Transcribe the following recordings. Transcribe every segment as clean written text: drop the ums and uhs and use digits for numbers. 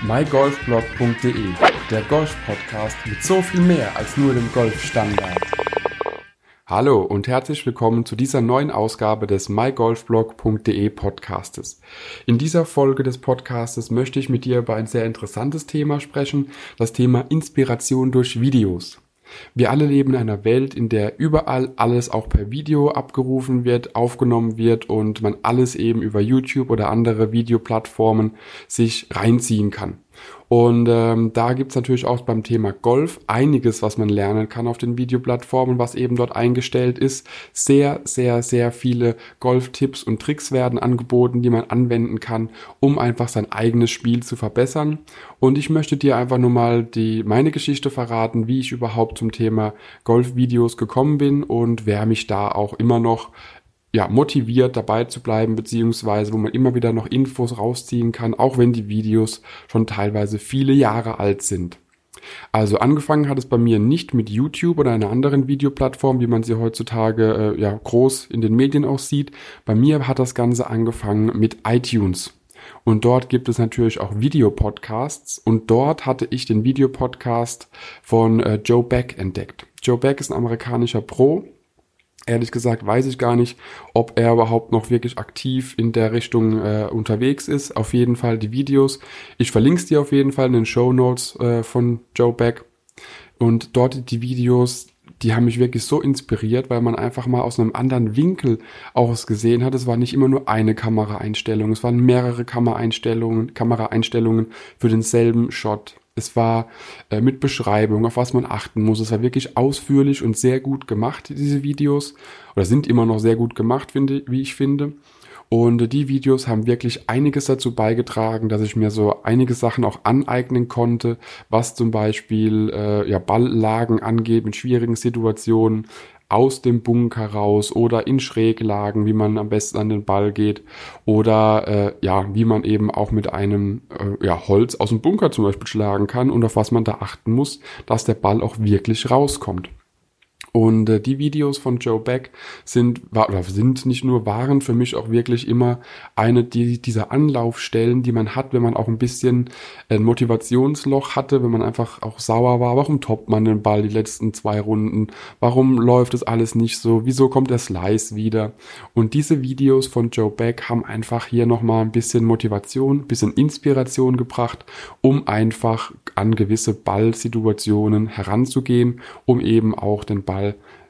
mygolfblog.de, der Golf-Podcast mit so viel mehr als nur dem Golfstandard. Hallo und herzlich willkommen zu dieser neuen Ausgabe des mygolfblog.de Podcastes. In dieser Folge des Podcastes möchte ich mit dir über ein sehr interessantes Thema sprechen, das Thema Inspiration durch Videos. Wir alle leben in einer Welt, in der überall alles auch per Video abgerufen wird, aufgenommen wird und man alles eben über YouTube oder andere Videoplattformen sich reinziehen kann. Und da gibt's natürlich auch beim Thema Golf einiges, was man lernen kann auf den Videoplattformen, was eben dort eingestellt ist. Sehr, sehr, sehr viele Golftipps und Tricks werden angeboten, die man anwenden kann, um einfach sein eigenes Spiel zu verbessern. Und ich möchte dir einfach nur mal meine Geschichte verraten, wie ich überhaupt zum Thema Golfvideos gekommen bin und wer mich da auch immer noch motiviert dabei zu bleiben, beziehungsweise wo man immer wieder noch Infos rausziehen kann, auch wenn die Videos schon teilweise viele Jahre alt sind. Also angefangen hat es bei mir nicht mit YouTube oder einer anderen Videoplattform, wie man sie heutzutage groß in den Medien auch sieht. Bei mir hat das Ganze angefangen mit iTunes. Und dort gibt es natürlich auch Videopodcasts und dort hatte ich den Videopodcast von Joe Beck entdeckt. Joe Beck ist ein amerikanischer Pro. Ehrlich gesagt weiß ich gar nicht, ob er überhaupt noch wirklich aktiv in der Richtung unterwegs ist. Auf jeden Fall die Videos. Ich verlinke es dir auf jeden Fall in den Shownotes von Joe Beck. Und dort die Videos, die haben mich wirklich so inspiriert, weil man einfach mal aus einem anderen Winkel auch gesehen hat. Es war nicht immer nur eine Kameraeinstellung, es waren mehrere Kameraeinstellungen für denselben Shot. Es war mit Beschreibung, auf was man achten muss. Es war wirklich ausführlich und sehr gut gemacht, diese Videos. Oder sind immer noch sehr gut gemacht, wie ich finde. Und die Videos haben wirklich einiges dazu beigetragen, dass ich mir so einige Sachen auch aneignen konnte, was zum Beispiel Balllagen angeht mit schwierigen Situationen, aus dem Bunker raus oder in Schräglagen, wie man am besten an den Ball geht oder wie man eben auch mit einem Holz aus dem Bunker zum Beispiel schlagen kann und auf was man da achten muss, dass der Ball auch wirklich rauskommt. Und die Videos von Joe Beck waren für mich auch wirklich immer eine dieser Anlaufstellen, die man hat, wenn man auch ein bisschen ein Motivationsloch hatte, wenn man einfach auch sauer war. Warum toppt man den Ball die letzten 2 Runden? Warum läuft es alles nicht so? Wieso kommt der Slice wieder? Und diese Videos von Joe Beck haben einfach hier nochmal ein bisschen Motivation, ein bisschen Inspiration gebracht, um einfach an gewisse Ballsituationen heranzugehen, um eben auch den Ball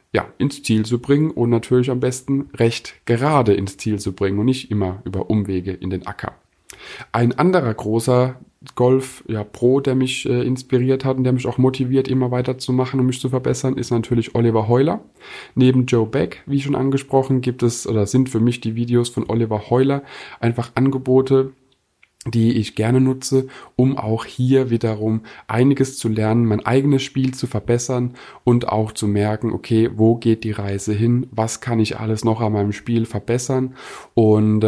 ins Ziel zu bringen und natürlich am besten recht gerade ins Ziel zu bringen und nicht immer über Umwege in den Acker. Ein anderer großer Golf-Pro, der mich inspiriert hat und der mich auch motiviert, immer weiterzumachen und mich zu verbessern, ist natürlich Oliver Heuler. Neben Joe Beck, wie schon angesprochen, sind für mich die Videos von Oliver Heuler einfach Angebote, die ich gerne nutze, um auch hier wiederum einiges zu lernen, mein eigenes Spiel zu verbessern und auch zu merken, okay, wo geht die Reise hin, was kann ich alles noch an meinem Spiel verbessern und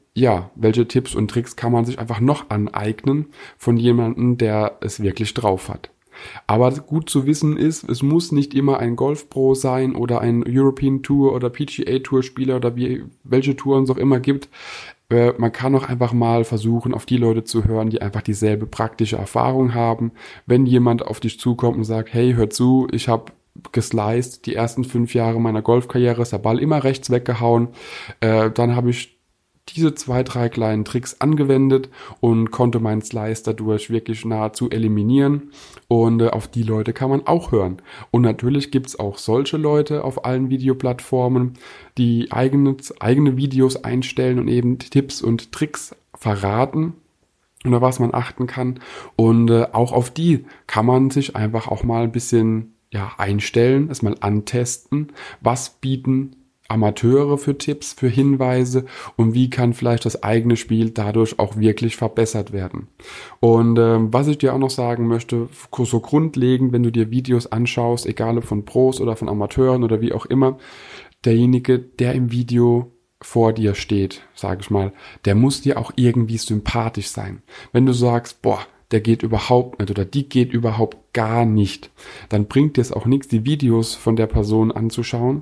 welche Tipps und Tricks kann man sich einfach noch aneignen von jemandem, der es wirklich drauf hat. Aber gut zu wissen ist, es muss nicht immer ein Golf-Pro sein oder ein European Tour oder PGA Tour Spieler oder welche Touren es auch immer gibt. Man kann auch einfach mal versuchen, auf die Leute zu hören, die einfach dieselbe praktische Erfahrung haben. Wenn jemand auf dich zukommt und sagt, hey, hör zu, ich habe gesliced, die ersten 5 Jahre meiner Golfkarriere ist der Ball immer rechts weggehauen, dann habe ich diese 2, 3 kleinen Tricks angewendet und konnte meinen Slice dadurch wirklich nahezu eliminieren und auf die Leute kann man auch hören. Und natürlich gibt's auch solche Leute auf allen Videoplattformen, die eigene Videos einstellen und eben Tipps und Tricks verraten, oder was man achten kann und auch auf die kann man sich einfach auch mal ein bisschen einstellen, es mal antesten, was bieten Amateure für Tipps, für Hinweise und wie kann vielleicht das eigene Spiel dadurch auch wirklich verbessert werden. Und was ich dir auch noch sagen möchte, so grundlegend, wenn du dir Videos anschaust, egal ob von Pros oder von Amateuren oder wie auch immer, derjenige, der im Video vor dir steht, sage ich mal, der muss dir auch irgendwie sympathisch sein. Wenn du sagst, der geht überhaupt nicht oder die geht überhaupt gar nicht, dann bringt dir es auch nichts, die Videos von der Person anzuschauen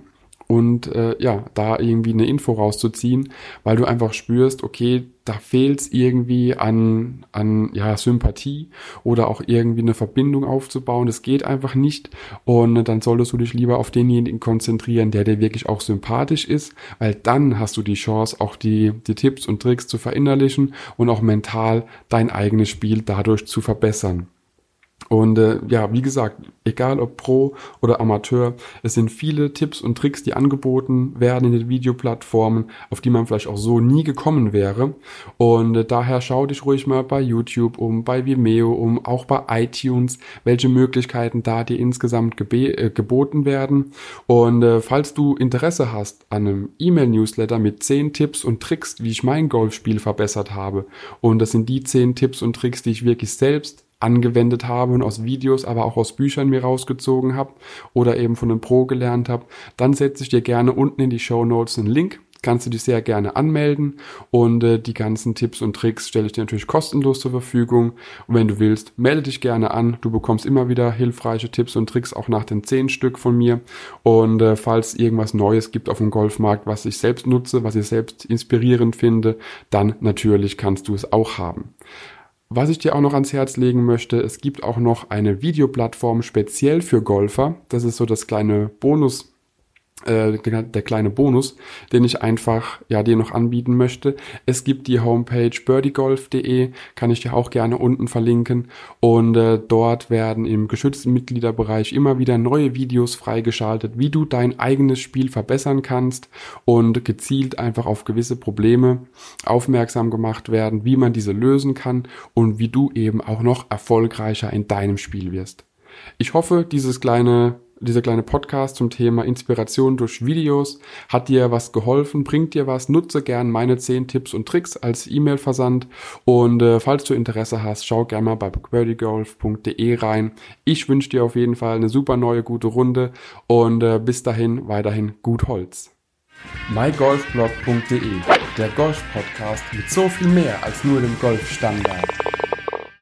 und da irgendwie eine Info rauszuziehen, weil du einfach spürst, okay, da fehlt es irgendwie an Sympathie oder auch irgendwie eine Verbindung aufzubauen. Das geht einfach nicht. Und dann solltest du dich lieber auf denjenigen konzentrieren, der dir wirklich auch sympathisch ist, weil dann hast du die Chance, auch die Tipps und Tricks zu verinnerlichen und auch mental dein eigenes Spiel dadurch zu verbessern. Und wie gesagt, egal ob Pro oder Amateur, es sind viele Tipps und Tricks, die angeboten werden in den Videoplattformen, auf die man vielleicht auch so nie gekommen wäre. Und daher schau dich ruhig mal bei YouTube bei Vimeo auch bei iTunes, welche Möglichkeiten da dir insgesamt geboten werden. Und falls du Interesse hast an einem E-Mail-Newsletter mit 10 Tipps und Tricks, wie ich mein Golfspiel verbessert habe, und das sind die 10 Tipps und Tricks, die ich wirklich selbst angewendet habe und aus Videos, aber auch aus Büchern mir rausgezogen habe oder eben von einem Pro gelernt habe, dann setze ich dir gerne unten in die Shownotes einen Link, kannst du dich sehr gerne anmelden und die ganzen Tipps und Tricks stelle ich dir natürlich kostenlos zur Verfügung und wenn du willst, melde dich gerne an, du bekommst immer wieder hilfreiche Tipps und Tricks, auch nach den 10 Stück von mir und falls irgendwas Neues gibt auf dem Golfmarkt, was ich selbst nutze, was ich selbst inspirierend finde, dann natürlich kannst du es auch haben. Was ich dir auch noch ans Herz legen möchte, es gibt auch noch eine Videoplattform speziell für Golfer. Das ist so das kleine der kleine Bonus, den ich einfach dir noch anbieten möchte. Es gibt die Homepage birdiegolf.de, kann ich dir auch gerne unten verlinken und dort werden im geschützten Mitgliederbereich immer wieder neue Videos freigeschaltet, wie du dein eigenes Spiel verbessern kannst und gezielt einfach auf gewisse Probleme aufmerksam gemacht werden, wie man diese lösen kann und wie du eben auch noch erfolgreicher in deinem Spiel wirst. Ich hoffe, dieser kleine Podcast zum Thema Inspiration durch Videos hat dir was geholfen, bringt dir was, nutze gern meine 10 Tipps und Tricks als E-Mail-Versand und falls du Interesse hast, schau gerne mal bei birdygolf.de rein. Ich wünsche dir auf jeden Fall eine super neue, gute Runde und bis dahin weiterhin gut Holz. mygolfblog.de, der Golf-Podcast mit so viel mehr als nur dem Golfstandard.